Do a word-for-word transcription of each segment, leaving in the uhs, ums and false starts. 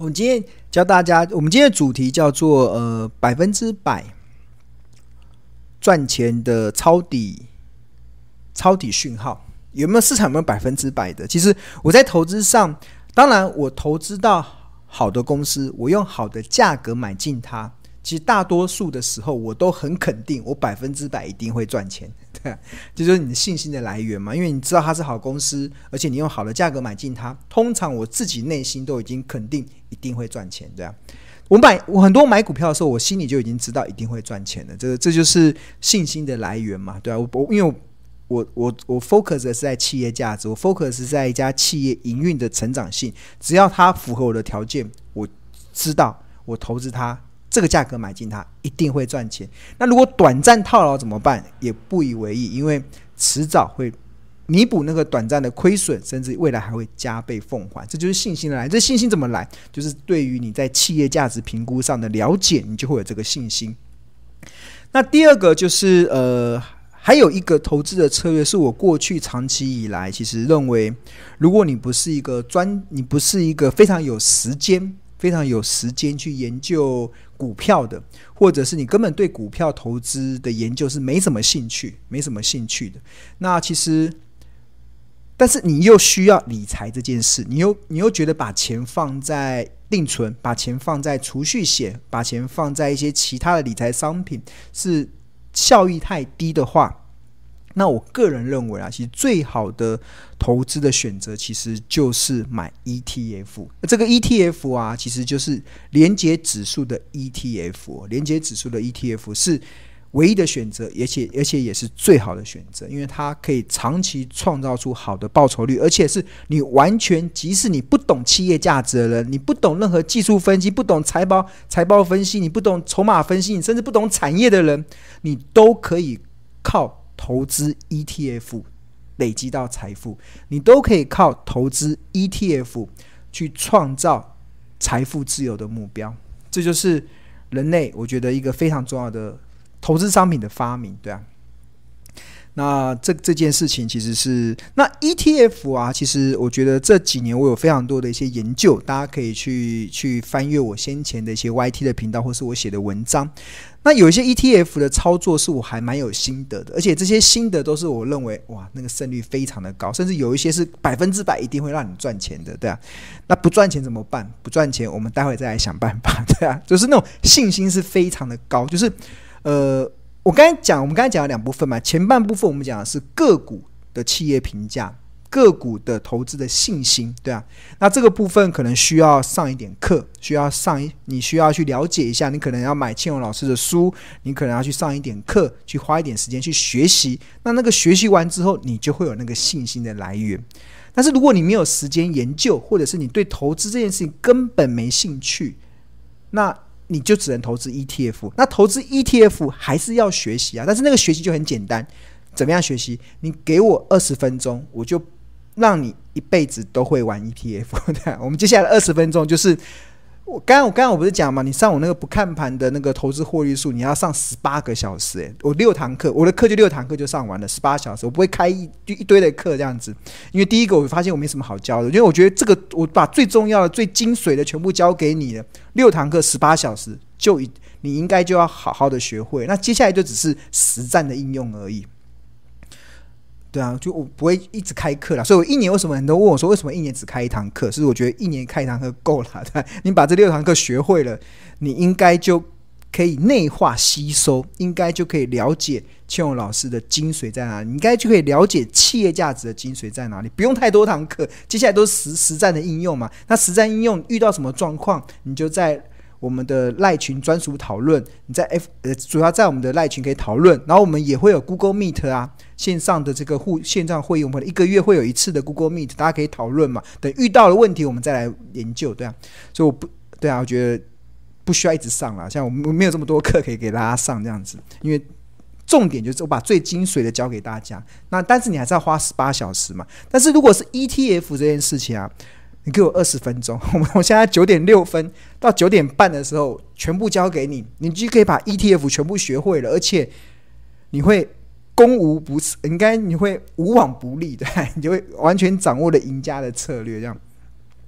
我们今天教大家，我们今天的主题叫做呃百分之百赚钱的抄底抄底讯号。有没有市场有没有百分之百的？其实我在投资上，当然我投资到好的公司，我用好的价格买进它，其实大多数的时候我都很肯定我百分之百一定会赚钱。对啊，这就是你的信心的来源嘛，因为你知道它是好公司，而且你用好的价格买进它，通常我自己内心都已经肯定一定会赚钱。对啊，我买我很多买股票的时候，我心里就已经知道一定会赚钱的，这这就是信心的来源嘛。对啊，我因为我我我我 focus 的是在企业价值，我 focus 是在一家企业营运的成长性，只要它符合我的条件，我知道我投资它这个价格买进它一定会赚钱。那如果短暂套牢怎么办？也不以为意，因为迟早会弥补那个短暂的亏损，甚至未来还会加倍奉还。这就是信心的来。这信心怎么来？就是对于你在企业价值评估上的了解，你就会有这个信心。那第二个就是呃。还有一个投资的策略是我过去长期以来其实认为，如果你不是一个专，你不是一个非常有时间、非常有时间去研究股票的，或者是你根本对股票投资的研究是没什么兴趣、没什么兴趣的，那其实，但是你又需要理财这件事，你又你又觉得把钱放在定存，把钱放在储蓄险，把钱放在一些其他的理财商品是效益太低的话，那我个人认为啊，其实最好的投资的选择其实就是买 E T F。这个 E T F 啊，其实就是连结指数的 E T F， 连结指数的 E T F 是唯一的选择，而且而且也是最好的选择，因为它可以长期创造出好的报酬率，而且是你完全，即使你不懂企业价值的人，你不懂任何技术分析，不懂财报财报分析，你不懂筹码分析，你甚至不懂产业的人，你都可以靠投资 E T F 累积到财富，你都可以靠投资 E T F 去创造财富自由的目标。这就是人类我觉得一个非常重要的投资商品的发明，对啊。那这这件事情其实是那 E T F 啊，其实我觉得这几年我有非常多的一些研究，大家可以去去翻阅我先前的一些 Y T 的频道，或是我写的文章。那有一些 E T F 的操作是我还蛮有心得的，而且这些心得都是我认为哇，那个胜率非常的高，甚至有一些是百分之百一定会让你赚钱的，对啊。那不赚钱怎么办？不赚钱，我们待会再来想办法，对啊。就是那种信心是非常的高，就是呃。我刚才讲，我们刚才讲了两部分嘛，前半部分我们讲的是个股的企业评价，个股的投资的信心，对啊。那这个部分可能需要上一点课，需要上一，你需要去了解一下，你可能要买倩蓉老师的书，你可能要去上一点课，去花一点时间去学习。那那个学习完之后，你就会有那个信心的来源。但是如果你没有时间研究，或者是你对投资这件事情根本没兴趣，那你就只能投资 E T F。 那投资 E T F 还是要学习啊，但是那个学习就很简单。怎么样学习？你给我二十分钟，我就让你一辈子都会玩 E T F。 我们接下来的二十分钟就是我刚刚我刚刚我不是讲嘛，你上我那个不看盘的那个投资获利术，你要上十八个小时、欸、我六堂课，我的课就六堂课就上完了，十八小时，我不会开 一, 一堆的课这样子。因为第一个我发现我没什么好教的，因为我觉得这个我把最重要的最精髓的全部教给你了，六堂课十八小时就你应该就要好好的学会，那接下来就只是实战的应用而已。对啊，就我不会一直开课啦，所以我一年为什么很多问我说为什么一年只开一堂课？是我觉得一年开一堂课够了，你把这六堂课学会了，你应该就可以内化吸收，应该就可以了解倩蓉老师的精髓在哪里，你应该就可以了解企业价值的精髓在哪里。不用太多堂课，接下来都是 实, 实战的应用嘛。那实战应用遇到什么状况，你就在我们的赖群专属讨论，你在 F 呃主要在我们的赖群可以讨论，然后我们也会有 Google Meet 啊，线上的这个互线上会议，我们一个月会有一次的 Google Meet， 大家可以讨论嘛。等遇到了问题，我们再来研究，对啊。所以我不对啊，我觉得不需要一直上啦，像我们没有这么多课可以给大家上这样子，因为重点就是我把最精髓的教给大家。那但是你还是要花十八小时嘛。但是如果是 E T F 这件事情啊，你给我二十分钟，我现在九点六分到九点半的时候全部交给你，你就可以把 E T F 全部学会了，而且你会攻无不胜，应该你会无往不利的，你就会完全掌握了赢家的策略这样。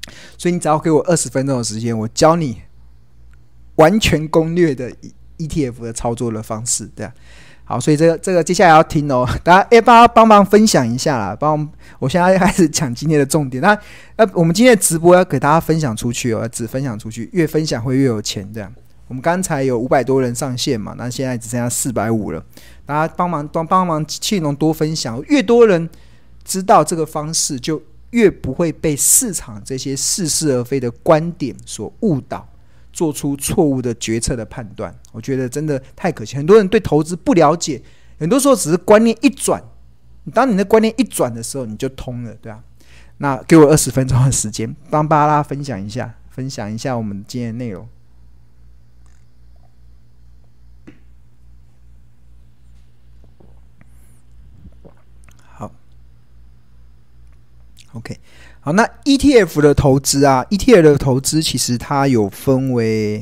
所以你只要给我二十分钟的时间，我教你完全攻略的 E T F 的操作的方式，对啊。好，所以这个这个接下来要听哦，大家哎，帮帮帮忙分享一下啦，帮我，我现在开始讲今天的重点。那那我们今天的直播要给大家分享出去哦，只分享出去，越分享会越有钱，这样。我们刚才有五百多人上线嘛，那现在只剩下四百五了，大家帮忙帮帮忙，气农多分享，越多人知道这个方式，就越不会被市场这些似是而非的观点所误导，做出错误的决策的判断。我觉得真的太可惜，很多人对投资不了解，很多时候只是观念一转，当你的观念一转的时候，你就通了，对啊。那给我二十分钟的时间，帮大家分享一下，分享一下我们今天的内容。好 ，OK。好，那 E T F 的投资啊 ，E T F 的投资其实它有分为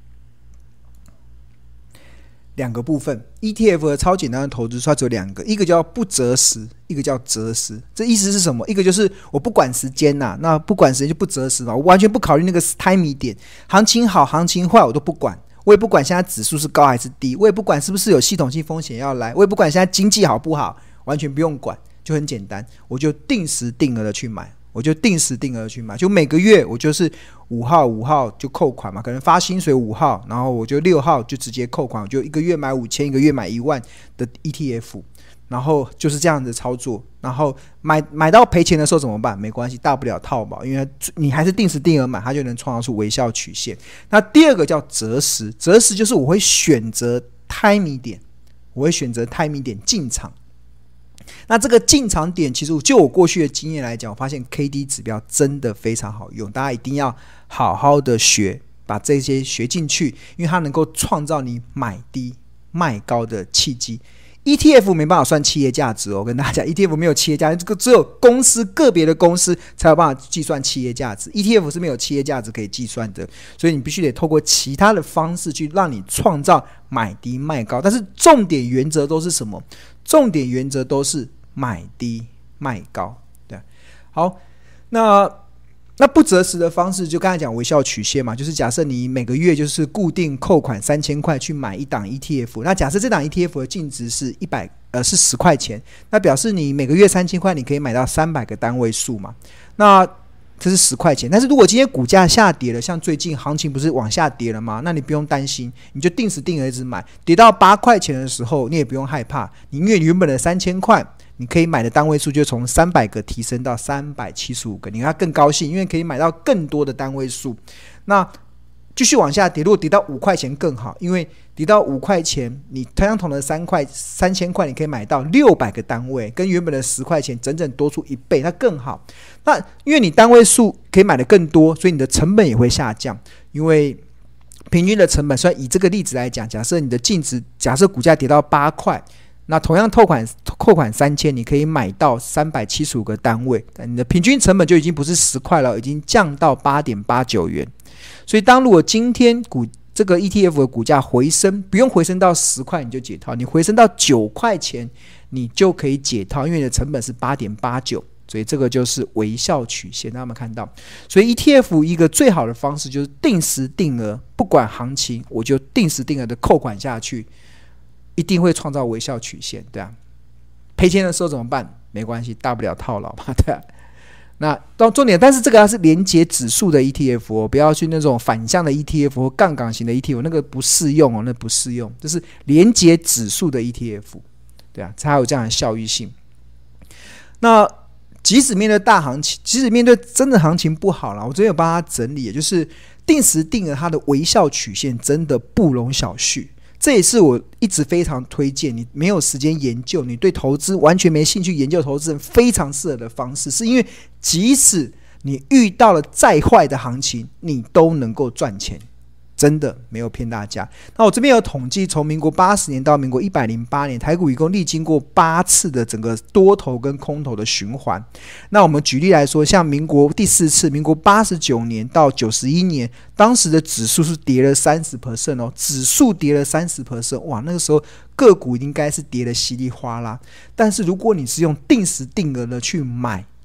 两个部分。E T F 的超简单的投资，它只有两个，一个叫不择时，一个叫择时。这意思是什么？一个就是我不管时间呐、啊，那不管时间就不择时嘛，我完全不考虑那个 timing 点，行情好，行情坏我都不管。我也不管现在指数是高还是低，我也不管是不是有系统性风险要来，我也不管现在经济好不好，完全不用管，就很简单，我就定时定额的去买。我就定时定额去买，就每个月我就是五号五号就扣款嘛，可能发薪水五号，然后我就六号就直接扣款，我就一个月买五千，一个月买一万的 E T F， 然后就是这样的操作。然后买买到赔钱的时候怎么办？没关系，大不了套保，因为你还是定时定额买，它就能创造出微笑曲线。那第二个叫择时，择时就是我会选择 timing 点，我会选择 timing 点进场。那这个进场点，其实就我过去的经验来讲，我发现 K D 指标真的非常好用，大家一定要好好的学，把这些学进去，因为它能够创造你买低卖高的契机。E T F 没办法算企业价值哦，我跟大家讲 ，E T F 没有企业价值，这个只有公司个别的公司才有办法计算企业价值 ，E T F 是没有企业价值可以计算的，所以你必须得透过其他的方式去让你创造买低卖高，但是重点原则都是什么？重点原则都是买低卖高，对。好，那那不择时的方式，就刚才讲微笑曲线嘛，就是假设你每个月就是固定扣款三千块去买一档 E T F， 那假设这档 E T F 的净值是一百呃是十块钱，那表示你每个月三千块，你可以买到三百个单位数嘛，那这是十块钱。但是如果今天股价下跌了，像最近行情不是往下跌了吗？那你不用担心，你就定时定额一直买，跌到八块钱的时候，你也不用害怕，你因为原本的三千块。你可以买的单位数就从三百个提升到三百七十五个，你要更高兴，因为可以买到更多的单位数。那继续往下跌，如果跌到五块钱更好，因为跌到五块钱，你相同的三块三千块，你可以买到六百个单位，跟原本的十块钱整整多出一倍，那更好。那因为你单位数可以买的更多，所以你的成本也会下降，因为平均的成本，所以以这个例子来讲，假设你的净值，假设股价跌到八块。那同样扣款扣款三千，你可以买到三百七十五个单位，你的平均成本就已经不是十块了，已经降到八点八九元。所以，当如果今天股这个 E T F 的股价回升，不用回升到十块你就解套，你回升到九块钱，你就可以解套，因为你的成本是八点八九。所以这个就是微笑曲线，大家有没有看到？所以 E T F 一个最好的方式就是定时定额，不管行情，我就定时定额的扣款下去。一定会创造微笑曲线，对啊。赔钱的时候怎么办？没关系，大不了套牢嘛，对啊。那到重点，但是这个要是连结指数的 E T F 哦，不要去那种反向的 E T F 或杠杆型的 E T F， 那个不适用哦，那不适用。这是连结指数的 E T F， 对啊，才有这样的效益性。那即使面对大行情，即使面对真的行情不好啦，我这边有帮他整理，就是定时定额它的微笑曲线真的不容小觑。这也是我一直非常推荐你没有时间研究，你对投资完全没兴趣研究投资人非常适合的方式，是因为即使你遇到了再坏的行情，你都能够赚钱，真的没有骗大家。那我这边有统计，从民国八十年到民国一百零八年，台股一共历经过八次的整个多头跟空头的循环。那我们举例来说，像民国第四次，民国八十九年到九十一年，当时的指数是跌了 百分之三十 哦，指数跌了 百分之三十， 哇，那个时候个股应该是跌得稀里哗啦。但是如果你是用定时定额的去买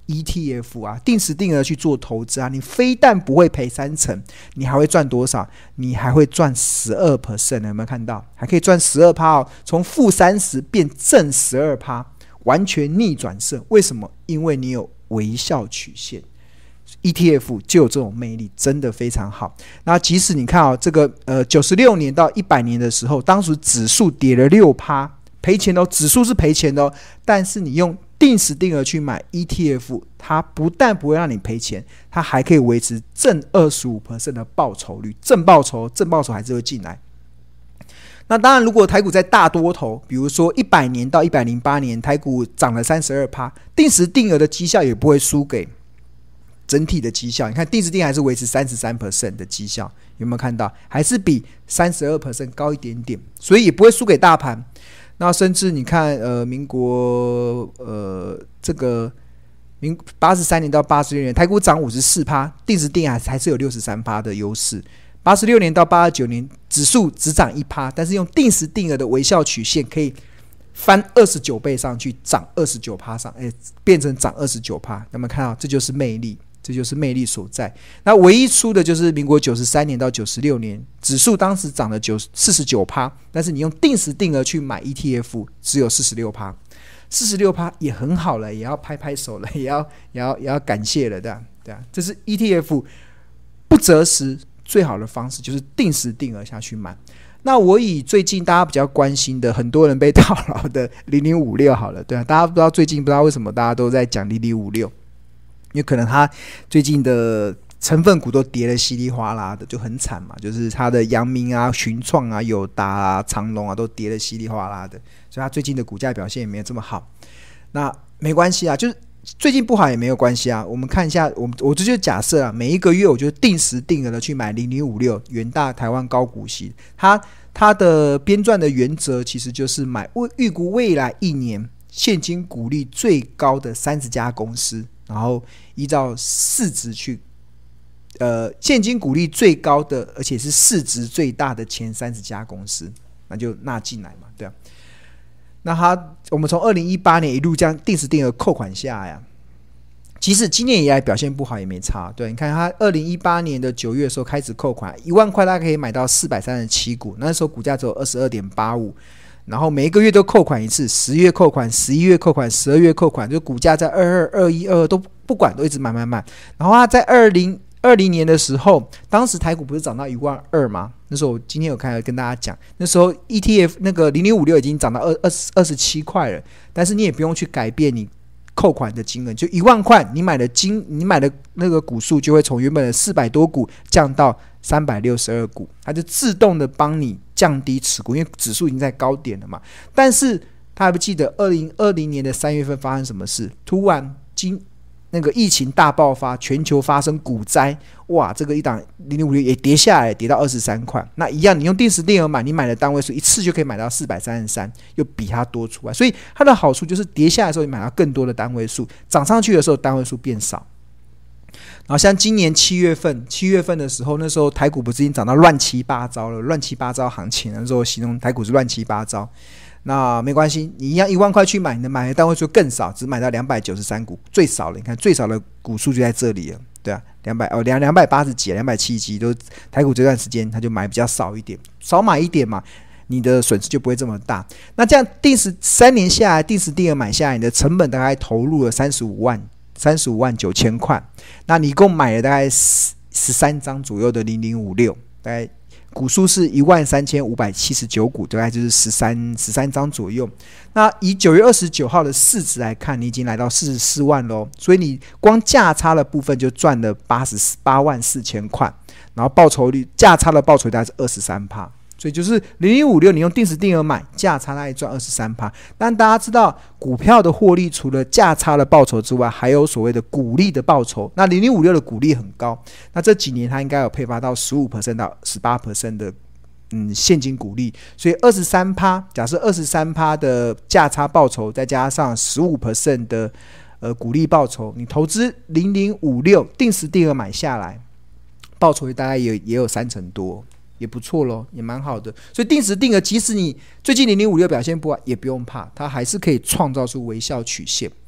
E T F 啊，定时定额去做投资啊，你非但不会赔三成，你还会赚多少？你还会赚 百分之十二， 有没有看到？还可以赚 百分之十二 哦，从负三十变正 百分之十二， 完全逆转胜。为什么？因为你有微笑曲线。E T F 就有这种魅力，真的非常好。那即使你看哦，这个呃九十六年到一百年的时候，当时指数跌了 百分之六， 赔钱哦，指数是赔钱的哦，但是你用定时定额去买 E T F， 它不但不会让你赔钱，它还可以维持正 百分之二十五 的报酬率，正报酬，正报酬还是会进来。那当然，如果台股在大多头，比如说一百年到一百零八年，台股涨了 百分之三十二， 定时定额的绩效也不会输给整体的绩效。你看定时定额还是维持 百分之三十三 的绩效，有没有看到？还是比 百分之三十二 高一点点，所以也不会输给大盘。那甚至你看，呃，民国呃这个民八十三年到八十六年，台股涨 百分之五十四， 定时定额还是有 百分之六十三 的优势。八十六年到八十九年，指数只涨 百分之一， 但是用定时定额的微笑曲线可以翻二十九倍上去，涨 百分之二十九 上，哎，变成涨 百分之二十九。有没有看到？这就是魅力。这就是魅力所在。那唯一输的就是民国九十三年到九十六年，指数当时涨了四十九，但是你用定时定额去买 E T F， 只有 百分之四十六， 四十六 也很好了，也要拍拍手了，也要也要也要感谢了，对吧？对啊，这是 E T F 不择时最好的方式，就是定时定额下去买。那我以最近大家比较关心的，很多人被套牢的零零五六好了，对啊，大家不知道最近不知道为什么大家都在讲零零五六。因为可能它最近的成分股都跌得稀里哗啦的，就很惨嘛。就是它的阳明啊、群创啊、友达啊、长荣啊都跌得稀里哗啦的，所以它最近的股价表现也没有这么好。那没关系啊，就是最近不好也没有关系啊。我们看一下，我我这就假设啊，每一个月我就定时定额的去买零零五六元大台湾高股息，它它的编撰的原则其实就是买预估未来一年现金股利最高的三十家公司。然后依照市值去，呃，现金股利最高的，而且是市值最大的前三十家公司，那就纳进来嘛，对啊。那它，我们从二零一八年一路这样定时定额扣款下来呀，即使今年以来表现不好也没差，对，你看它二零一八年的九月的时候开始扣款，一万块大概可以买到四百三十七股，那时候股价只有 二十二点八五。然后每一个月都扣款一次，十月扣款、十一月扣款、十二月扣款，就股价在二二、二一、二二都不管，都一直买买买。然后他在二零二零年的时候，当时台股不是涨到一万二吗？那时候我今天有开跟大家讲，那时候 E T F 那个零零五六已经涨到二二二十七块了，但是你也不用去改变你扣款的金额，就一万块，你买的金，你买的那个股数就会从原本的四百多股降到三百六十二股，它就自动的帮你降低持股，因为指数已经在高点了嘛。但是他还不记得二零二零年的三月份发生什么事？突然今那个疫情大爆发，全球发生股灾，哇，这个一档零零五六也跌下来，跌到二十三块。那一样，你用定时定额买，你买的单位数一次就可以买到四百三十三，又比它多出来。所以它的好处就是跌下来的时候你买到更多的单位数，涨上去的时候单位数变少。然后像今年七月份，七月份的时候，那时候台股不是已经涨到乱七八糟了，乱七八糟行情，那时候形容台股是乱七八糟。那没关系，你一样一万块去买，你的买的单位数更少，只买到两百九十三股，最少了。你看最少的股数就在这里了，对啊，两百哦两两百八十几，两百七十几，都台股这段时间它就买比较少一点，少买一点嘛，你的损失就不会这么大。那这样定时三年下来，定时定额买下来，你的成本大概投入了三十五万。三十五万九千块，那你一共买了大概十三张左右的零零五六，大概股数是一万三千五百七十九股，大概就是十三十三张左右。那以九月二十九号的市值来看，你已经来到四十四万喽，所以你光价差的部分就赚了八十八万四千块，然后报酬率价差的报酬率大概是二十三趴。所以就是零零五六，你用定时定额买，价差大概赚 百分之二十三。但大家知道，股票的获利除了价差的报酬之外，还有所谓的股利的报酬。那零零五六的股利很高，那这几年它应该有配发到 百分之十五 到 百分之十八 的嗯现金股利。所以 百分之二十三， 假设 百分之二十三 的价差报酬，再加上 百分之十五 的呃股利报酬，你投资零零五六定时定额买下来，报酬率大概也也有三成多。也不错咯，也蛮好的。所以定时定额，即使你最近零零五六表现不好，也不用怕，它还是可以创造出微笑曲线。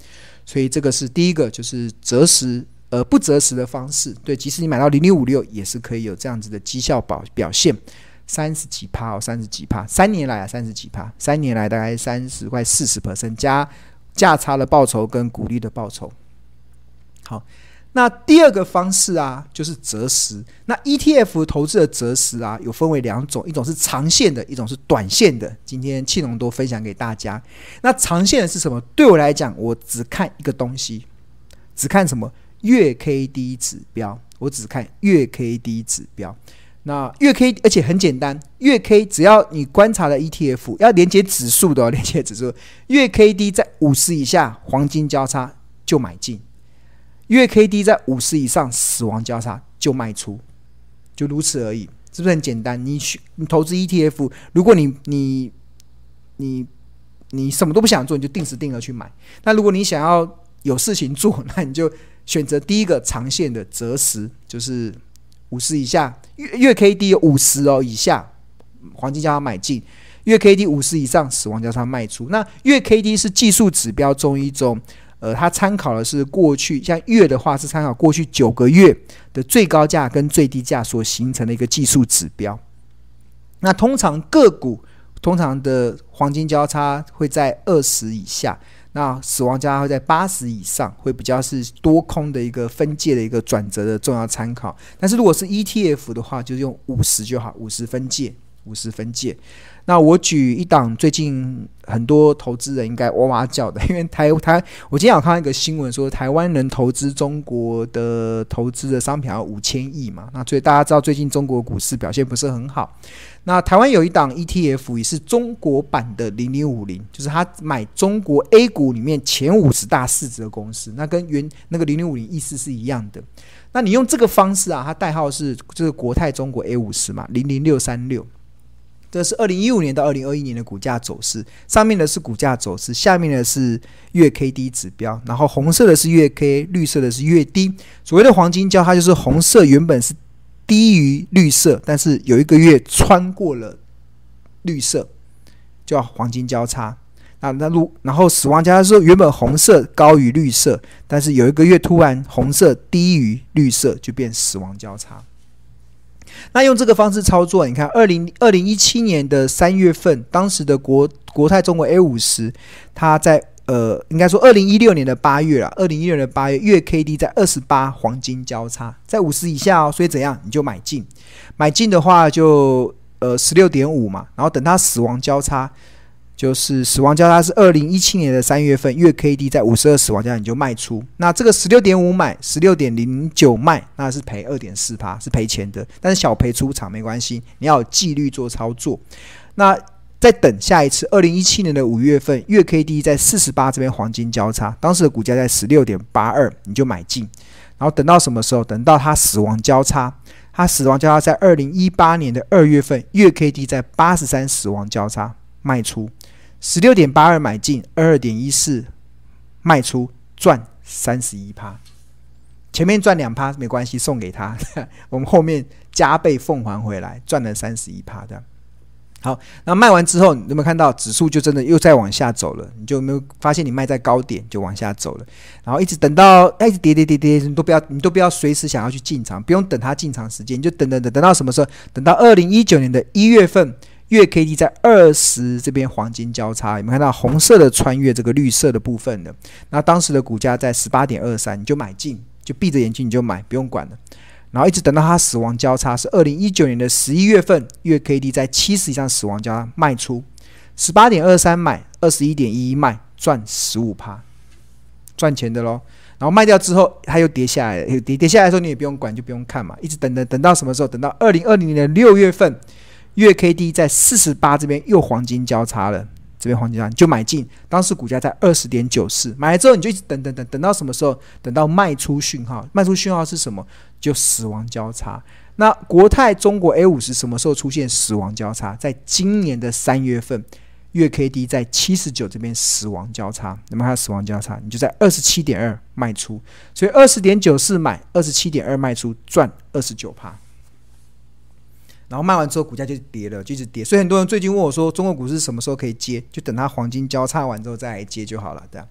所以这个是第一个，就是择时呃不择时的方式。对，即使你买到零零五六也是可以有这样子的绩效表表现，三十几趴哦，三十几趴，三年来啊三十几趴，三年来大概三十快四十 percent 加价差的报酬跟股利的报酬。好。那第二个方式啊，就是择时。那 E T F 投资的择时啊，有分为两种，一种是长线的，一种是短线的。今天庆隆都分享给大家。那长线的是什么？对我来讲，我只看一个东西，只看什么？月 K D 指标。我只看月 K D 指标。那月 K， 而且很简单，月 K 只要你观察的 E T F 要连接指数的哦，连接指数，月 K D 在五十以下，黄金交叉就买进。月 K D 在五十以上，死亡交叉就卖出，就如此而已，是不是很简单？你你投资 E T F， 如果你你你你什么都不想做，你就定时定额去买。那如果你想要有事情做，那你就选择第一个长线的择时，就是五十以下，月月 K D 有五十哦以下，黄金交叉买进；月 K D 五十以上，死亡交叉卖出。那月 K D 是技术指标中一种。呃，它参考的是过去，像月的话是参考过去九个月的最高价跟最低价所形成的一个技术指标。那通常个股通常的黄金交叉会在二十以下，那死亡交叉会在八十以上，会比较是多空的一个分界的一个转折的重要参考。但是如果是 E T F 的话，就用五十就好，五十分界。五十分界。那我举一档最近很多投资人应该哇哇叫的，因为台台我今天有看到一个新闻说，台湾人投资中国的投资的商品要五千亿嘛，那所以大家知道最近中国股市表现不是很好。那台湾有一档 E T F 也是中国版的零零五零，就是他买中国 A 股里面前五十大市值的公司，那跟原那个零零五零意思是一样的。那你用这个方式啊，它代号是就是国泰中国 A 五十 嘛，零零六三六。这是二零一五年到二零二一年的股价走势，上面的是股价走势，下面的是月 K D 指标，然后红色的是月 K， 绿色的是月 D。所谓的黄金交叉就是红色原本是低于绿色，但是有一个月穿过了绿色，叫黄金交叉。那那然后死亡交叉说原本红色高于绿色，但是有一个月突然红色低于绿色，就变死亡交叉。那用这个方式操作，你看二零二零一七年的三月份，当时的国国泰中国 A 五十，它在呃应该说二零一六年的八月啦，二零一六年的八月月 K D 在二十八黄金交叉，在五十以下哦，所以怎样你就买进，买进的话就呃 十六点五 嘛，然后等它死亡交叉。就是死亡交叉是二零一七年的三月份，月 K D 在五十二死亡交叉你就卖出。那这个 十六点五 买 十六点零九 卖，那是赔 百分之二点四， 是赔钱的，但是小赔出场没关系，你要有纪律做操作。那再等下一次二零一七年的五月份，月 K D 在四十八这边黄金交叉，当时的股价在 十六点八二 你就买进。然后等到什么时候？等到它死亡交叉，它死亡交叉在二零一八年的二月份，月 K D 在八十三死亡交叉卖出。十六点八二 买进， 二十二点一四 卖出，赚 百分之三十一。 前面赚 百分之二 没关系，送给他我们后面加倍奉还回来，赚了 百分之三十一 的。好，那卖完之后你有没有看到指数就真的又再往下走了？你就有没有发现你卖在高点就往下走了，然后一直等到一直跌跌跌跌，你都不要你都不要随时想要去进场，不用等它进场时间，你就等等等等到什么时候？等到二零一九年的一月份，月 K D 在二十这边黄金交叉，有没有看到红色的穿越这个绿色的部分的？那当时的股价在 十八点二三， 你就买进，就闭着眼睛你就买，不用管了。然后一直等到它死亡交叉是二零一九年的十一月份，月 K D 在七十以上死亡交叉卖出， 十八点二三 买， 二十一点一一 卖，赚 百分之十五， 赚钱的咯。然后卖掉之后它又跌下来了，跌跌下来的时候你也不用管，就不用看嘛，一直等等等到什么时候？等到二零二零年的六月份，月 K D 在四十八这边又黄金交叉了，这边黄金交叉你就买进，当时股价在 二十点九四， 买了之后你就一直等等等等到什么时候？等到卖出讯号，卖出讯号是什么？就死亡交叉。那国泰中国 A 五十 什么时候出现死亡交叉？在今年的三月份，月 K D 在七十九这边死亡交叉，那么它死亡交叉你就在 二十七点二 卖出，所以 二十点九四 买， 二十七点二 卖出，赚 百分之二十九。然后卖完之后股价就跌了，就一直跌。所以很多人最近问我说，中国股市什么时候可以接？就等它黄金交叉完之后再来接就好了，对啊。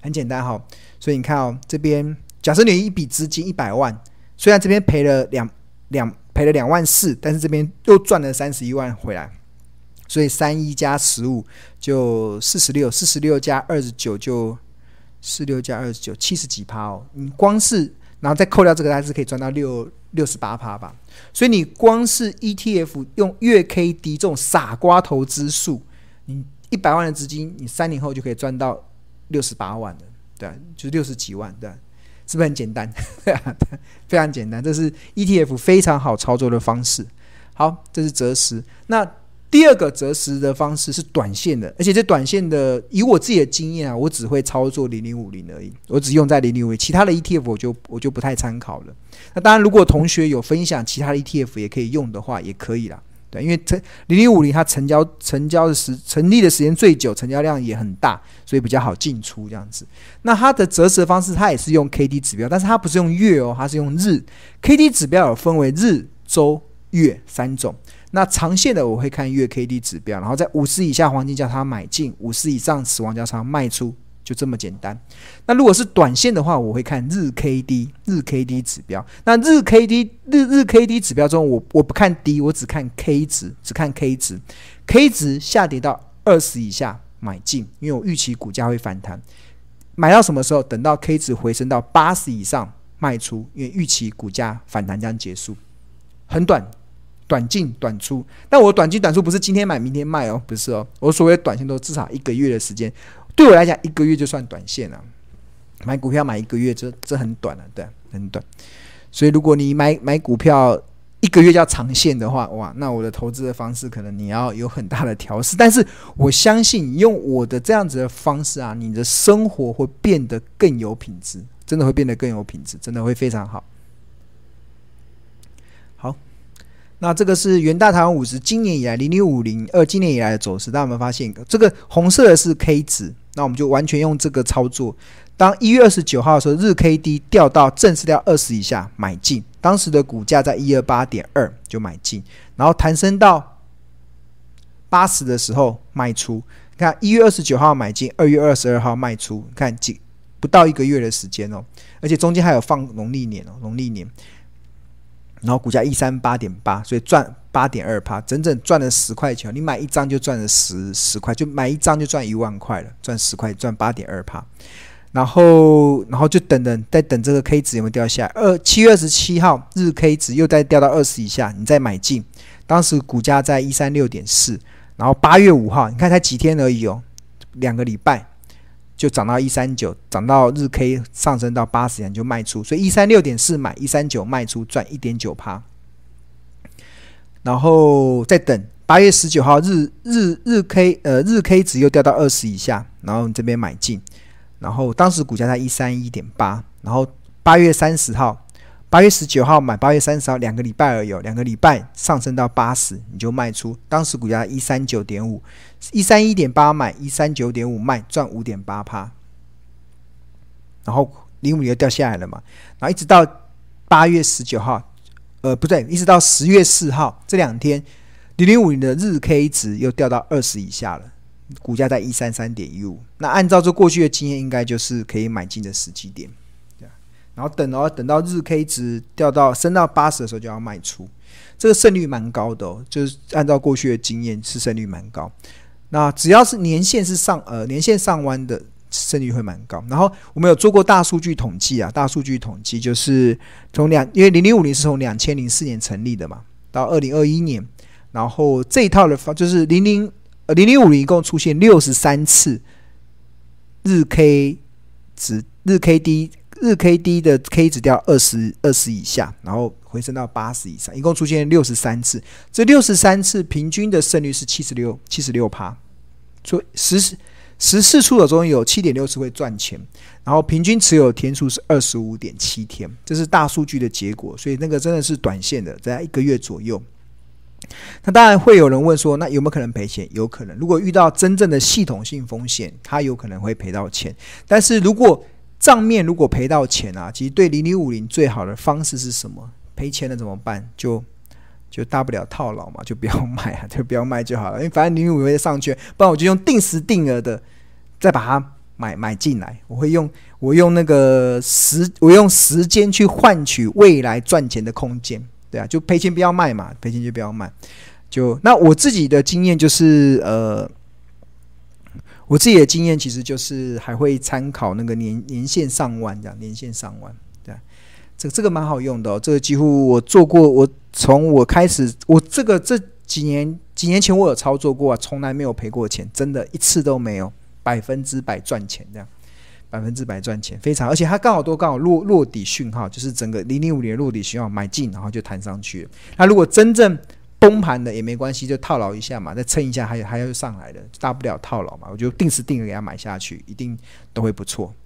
很简单哈。所以你看哦，这边假设你有一笔资金一百万，虽然这边赔了两两赔了两万四，但是这边又赚了三十一万回来，所以三一加十五就四十六，四十六加二十九就四十六加二十九七十几趴哦。你光是然后再扣掉这个，还是可以赚到六六十八趴吧。所以你光是 E T F 用月 K D 这种傻瓜投资术，你一百万的资金，你三年后就可以赚到六十八万了，对、啊，就是六十几万，对、啊，是不是很简单？非常简单，这是 E T F 非常好操作的方式。好，这是择时。那第二个择时的方式是短线的，而且这短线的，以我自己的经验啊，我只会操作零零五零而已，我只用在零零五零，其他的 E T F 我就我就不太参考了。那当然，如果同学有分享其他的 E T F 也可以用的话，也可以啦。对，因为零零五零它成交成交的时成立的时间最久，成交量也很大，所以比较好进出这样子。那它的择时的方式，它也是用 K D 指标，但是它不是用月哦，它是用日。K D 指标有分为日、周、月三种。那长线的我会看月 K D 指标，然后在五十以下黄金交叉买进，五十以上死亡交叉卖出，就这么简单。那如果是短线的话，我会看日 K D 日 K D 指标。那日 K D 日日 K D 指标中，我我不看 D， 我只看 K 值，只看 K 值。K 值下跌到二十以下买进，因为我预期股价会反弹。买到什么时候？等到 K 值回升到八十以上卖出，因为预期股价反弹将结束。很短。短进短出，但我短进短出不是今天买明天卖哦，不是哦，我所谓的短线都至少一个月的时间，对我来讲一个月就算短线了、啊。买股票买一个月，这这很短了、啊，对，很短。所以如果你买买股票一个月叫长线的话，哇，那我的投资的方式可能你要有很大的调试，但是我相信你用我的这样子的方式啊，你的生活会变得更有品质，真的会变得更有品质，真的会非常好。好。那这个是元大台湾五十今年以来零零五零二今年以来的走势，大家有没有发现？这个红色的是 K 值，那我们就完全用这个操作。当一月二十九号的时候，日 K D 掉到正式掉二十以下买进，当时的股价在一二八点二就买进，然后弹升到八十的时候卖出。你看一月二十九号买进，二月二十二号卖出，看几不到一个月的时间哦，而且中间还有放农历年哦，农历年。然后股价一三八点八，所以赚八点二趴，整整赚了十块钱。你买一张就赚了十十块，就买一张就赚一万块了，赚十块赚八点二趴。然后，然后就等等，再等这个 K 值有没有掉下来。二七月二十七号日 K 值又再掉到二十以下，你再买进。当时股价在一三六点四，然后八月五号，你看才几天而已哦，两个礼拜。就涨到一三九，涨到日 K 上升到八十，你就卖出，所以一三六点四买，一三九卖出，赚 一点九趴。然后再等八月十九号日日日 K 呃日 K 值又掉到二十以下，然后你这边买进，然后当时股价在一三一点八，然后八月三十号八月十九号买，八月三十号两个礼拜而已，两个礼拜上升到八十，你就卖出，当时股价一三九点五。一三一点八买，一三九点五卖，赚 五点八趴。然后零零五零又掉下来了嘛，然后一直到八月十九号，呃不对，一直到十月四号这两天，零零五零的日 K 值又掉到二十以下了，股价在一三三点一五。那按照这过去的经验，应该就是可以买进的时机点。然后等哦，等到日 K 值掉到升到八十的时候就要卖出，这个胜率蛮高的哦，就是按照过去的经验是胜率蛮高。那只要是年线是上呃年线上弯的胜率会蛮高。然后我们有做过大数据统计啊，大数据统计就是从两因为零零五零是从两千零四年成立的嘛，到二零二一年，然后这一套的就是零零呃零零五零一共出现六十三次日 K 值日 K D 日 K D 的 K 值掉二十二十以下，然后回升到八十以上，一共出现六十三次。这六十三次平均的胜率是七十六七十六趴。所以十十四出手中有 七点六 次会赚钱，然后平均持有天数是 二十五点七 天，这是大数据的结果，所以那个真的是短线的，在一个月左右。那当然会有人问说，那有没有可能赔钱？有可能，如果遇到真正的系统性风险，它有可能会赔到钱。但是如果账面如果赔到钱啊，其实对零零五零最好的方式是什么？赔钱了怎么办？就就大不了套牢嘛，就不要卖啊，就不要卖就好了。因为反正零零五零会上去，不然我就用定时定额的再把它买买进来，我会用我用那个时我用时间去换取未来赚钱的空间，对啊，就赔钱不要卖嘛，赔钱就不要卖。就那我自己的经验就是呃。我自己的经验其实就是还会参考那个年年限上万这样，年限上万，对、啊，这个这个蛮好用的哦。这个几乎我做过，我从我开始，我这个这几年几年前我有操作过啊，从来没有赔过钱，真的一次都没有，百分之百赚钱这样，百分之百赚钱，非常，而且它刚好都刚好落落底讯号，就是整个零零五零的落底讯号买进，然后就弹上去了。那如果真正崩盘的也没关系，就套牢一下嘛，再撑一下还还要上来的，大不了套牢嘛。我就定时定额给它买下去，一定都会不错。